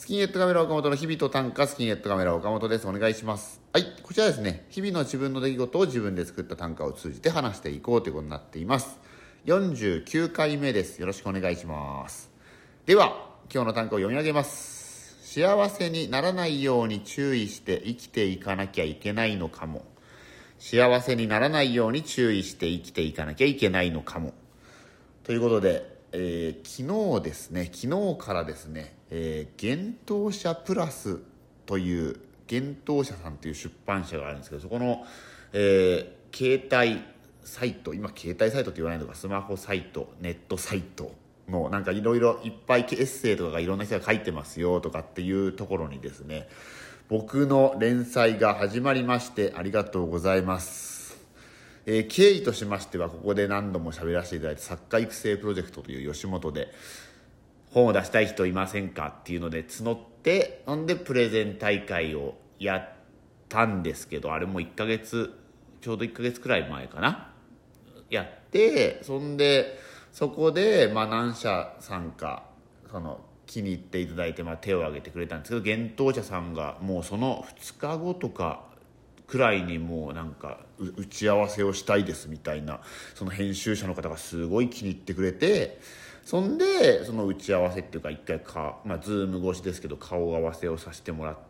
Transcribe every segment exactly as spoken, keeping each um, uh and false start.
スキンヘッドカメラ岡本の日々と短歌、スキンヘッドカメラ岡本です。お願いします。はい、こちらですね、日々の自分の出来事を自分で作った短歌を通じて話していこうということになっています。よんじゅうきゅうかいめです。よろしくお願いします。では今日の短歌を読み上げます。幸せにならないように注意して生きていかなきゃいけないのかも。幸せにならないように注意して生きていかなきゃいけないのかも。ということで、えー、昨日ですね昨日からですね、えー、幻冬舎プラスという幻冬舎さんという出版社があるんですけど、そこの、えー、携帯サイト、今携帯サイトって言わないのか、スマホサイト、ネットサイトのなんかいろいろいっぱいエッセイとかがいろんな人が書いてますよとかっていうところにですね、僕の連載が始まりまして、ありがとうございます。えー、経緯としましては、ここで何度も喋らせていただいて、作家育成プロジェクトという吉本で本を出したい人いませんかっていうので募って、ほんでプレゼン大会をやったんですけど、あれもいっかげつちょうどいっかげつくらい前かなやって、そんでそこでまあ何社さんかその気に入っていただいて、まあ手を挙げてくれたんですけど、幻冬舎さんがもうそのふつかごとかくらいにもうなんか打ち合わせをしたいですみたいな、その編集者の方がすごい気に入ってくれて、そんでその打ち合わせっていうか一回か、まあ、ズーム越しですけど顔合わせをさせてもらって、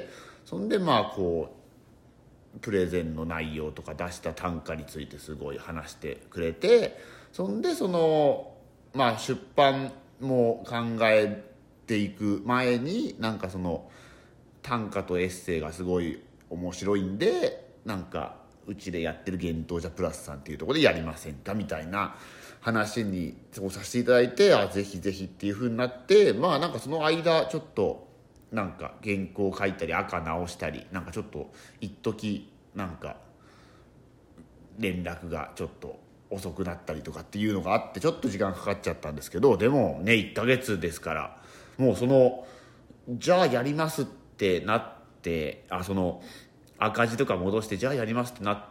そんでまあこうプレゼンの内容とか出した短歌についてすごい話してくれて、そんでそのまあ出版も考えていく前に、なんかその短歌とエッセイがすごい面白いんで、なんかうちでやってる幻冬舎プラスさんっていうところでやりませんかみたいな話にそうさせていただいて、あぜひぜひっていう風になって、まあなんかその間ちょっとなんか原稿書いたり赤直したり、なんかちょっと一時なんか連絡がちょっと遅くなったりとかっていうのがあって、ちょっと時間かかっちゃったんですけど、でもねいっかげつですから、もうそのじゃあやりますってなって、あその赤字とか戻してじゃあやりますってなって、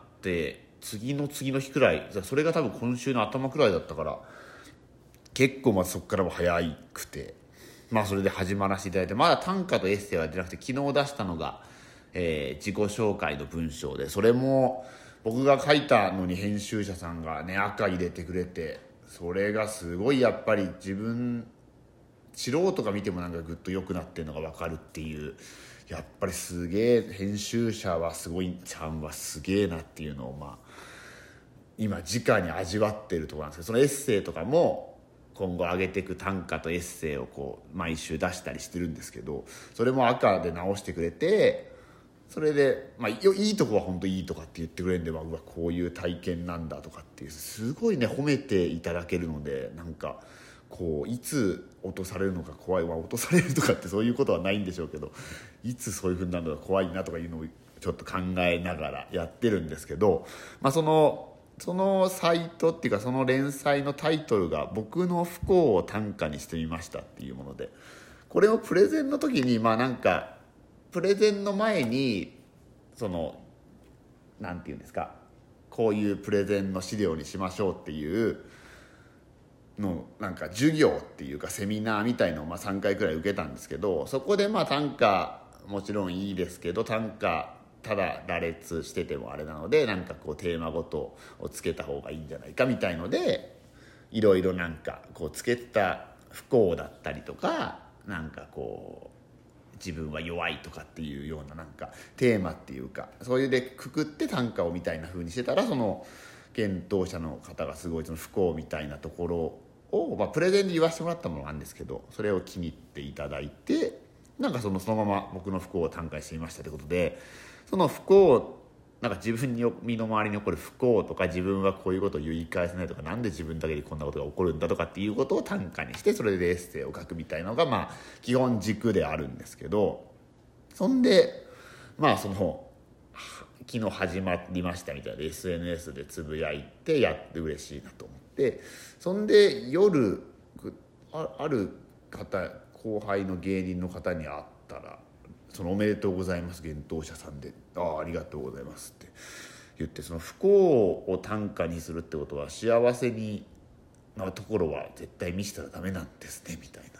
次の次の日くらい、それが多分今週の頭くらいだったから、結構まずそこからも早くて、まあそれで始まらせていただいて、まだ短歌とエッセイは出なくて、昨日出したのが、えー、自己紹介の文章で、それも僕が書いたのに編集者さんがね赤入れてくれて、それがすごいやっぱり自分素人が見てもなんかグッと良くなってるのが分かるっていう、やっぱりすげえ編集者はすごいちゃんはすげえなっていうのをまあ今直に味わってるところなんですけど、そのエッセイとかも今後上げていく短歌とエッセイをこう毎週出したりしてるんですけど、それも赤で直してくれて、それで、まあ、いいとこは本当いいとかって言ってくれるんで、まあ、うわこういう体験なんだとかっていう、すごいね褒めていただけるので、なんかこういつ落とされるのか怖いわ、落とされるとかってそういうことはないんでしょうけど、いつそういう風になるのか怖いなとかいうのをちょっと考えながらやってるんですけど、まあ、そのそのサイトっていうかその連載のタイトルが僕の不幸を短歌にしてみましたっていうもので、これをプレゼンの時にまあなんかプレゼンの前にそのなんていうんですか、こういうプレゼンの資料にしましょうっていうのなんか授業っていうかセミナーみたいのをまあさんかいくらい受けたんですけど、そこでまあ短歌もちろんいいですけど、短歌ただ羅列しててもあれなので、なんかこうテーマごとをつけた方がいいんじゃないかみたいので、いろいろなんかこうつけた不幸だったりとか、なんかこう自分は弱いとかっていうようななんかテーマっていうか、そういうでくくって短歌をみたいな風にしてたら、その幻冬舎の方がすごいその不幸みたいなところを、まあ、プレゼンで言わせてもらったものなんですけど、それを気に入っていただいて、なんかそのそのまま僕の不幸を短歌にしてみましたということで、その不幸なんか自分に身の回りに起こる不幸とか、自分はこういうことを言い返せないとか、なんで自分だけにこんなことが起こるんだとかっていうことを短歌にして、それでエッセイを書くみたいなのがまあ基本軸であるんですけど、そんでまあその昨日始まりましたみたいな エスエヌエス でつぶやいてやって嬉しいなと思って、そんで夜あある方後輩の芸人の方に会ったら、そのおめでとうございます幻冬舎さんで、ああありがとうございますって言って、その不幸を短歌にするってことは幸せになところは絶対見せたらダメなんですねみたいな、基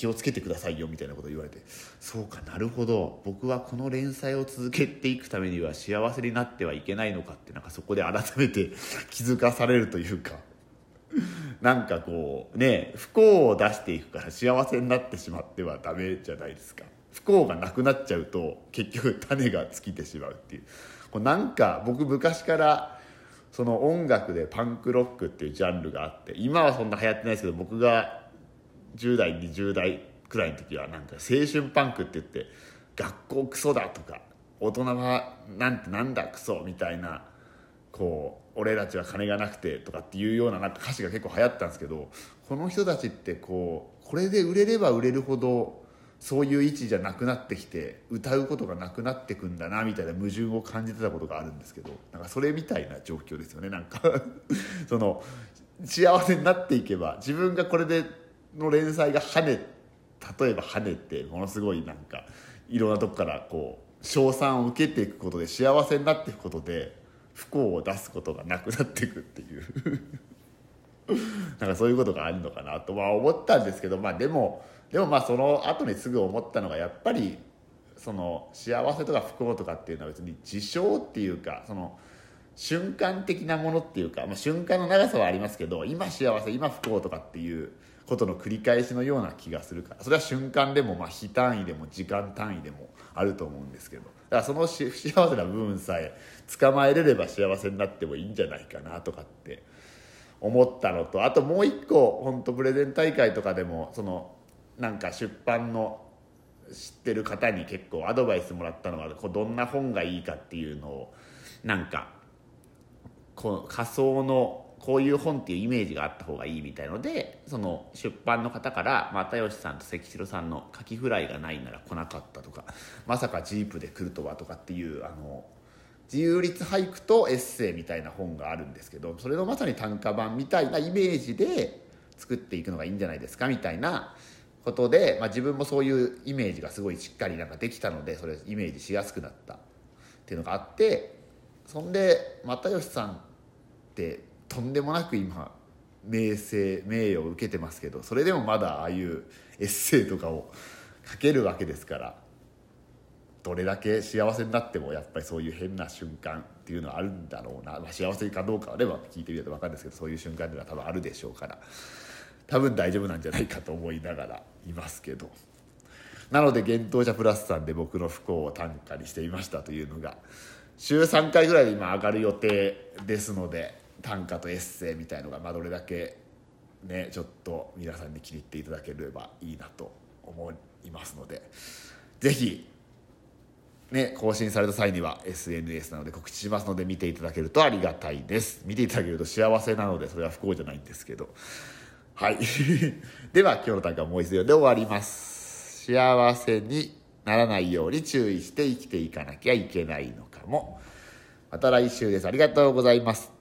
気をつけてくださいよみたいなことを言われて、そうかなるほど、僕はこの連載を続けていくためには幸せになってはいけないのかって、なんかそこで改めて気づかされるというか、なんかこうね、不幸を出していくから幸せになってしまってはダメじゃないですか。不幸がなくなっちゃうと結局種が尽きてしまうっていう、こうなんか僕昔からその音楽でパンクロックっていうジャンルがあって、今はそんな流行ってないですけど、僕がじゅう代にじゅう代くらいの時はなんか青春パンクって言って、学校クソだとか大人はなんてなんだクソみたいな、こう俺たちは金がなくてとかっていうようななんか歌詞が結構流行ったんですけど、この人たちってこうこれで売れれば売れるほどそういう位置じゃなくなってきて歌うことがなくなってくんだなみたいな矛盾を感じてたことがあるんですけど、なんかそれみたいな状況ですよね。なんかその幸せになっていけば、自分がこれでの連載が跳ね例えば跳ねてものすごいなんかいろんなとこからこう称賛を受けていくことで幸せになっていくことで不幸を出すことがなくなっていくっていうなんかそういうことがあるのかなとは思ったんですけど、まあでもでもまあその後にすぐ思ったのが、やっぱりその幸せとか不幸とかっていうのは別に事象っていうか、その瞬間的なものっていうか、まあ、瞬間の長さはありますけど、今幸せ今不幸とかっていうことの繰り返しのような気がするから、それは瞬間でもまあ日単位でも時間単位でもあると思うんですけど、だからその不幸せな部分さえ捕まえれれば幸せになってもいいんじゃないかなとかって思ったのと、あともう一個本当プレゼン大会とかでもそのなんか出版の知ってる方に結構アドバイスもらったのが、こうどんな本がいいかっていうのをなんかこう仮想のこういう本っていうイメージがあった方がいいみたいので、その出版の方から又吉さんと関城さんのカキフライがないなら来なかったとか、まさかジープで来るとはとかっていう、あの自由律俳句とエッセイみたいな本があるんですけど、それのまさに単価版みたいなイメージで作っていくのがいいんじゃないですかみたいなことで、まあ、自分もそういうイメージがすごいしっかりなんかできたので、それイメージしやすくなったっていうのがあって、そんで又吉さんってとんでもなく今名声名誉を受けてますけど、それでもまだああいうエッセイとかを書けるわけですから、どれだけ幸せになってもやっぱりそういう変な瞬間っていうのはあるんだろうな、まあ、幸せかどうかはね聞いてみると分かるんですけど、そういう瞬間っていうのは多分あるでしょうから、多分大丈夫なんじゃないかと思いながらいますけど、なので幻冬舎プラスさんで僕の不幸を短歌にしてみましたというのが週さんかいぐらいで今上がる予定ですので、短歌とエッセイみたいのがまあどれだけねちょっと皆さんに気に入っていただければいいなと思いますので、ぜひね更新された際には エスエヌエス なので告知しますので見ていただけるとありがたいです。見ていただけると幸せなのでそれは不幸じゃないんですけど、はいでは今日の短歌はもう一度で終わります。幸せにならないように注意して生きていかなきゃいけないのかも。また来週です。ありがとうございます。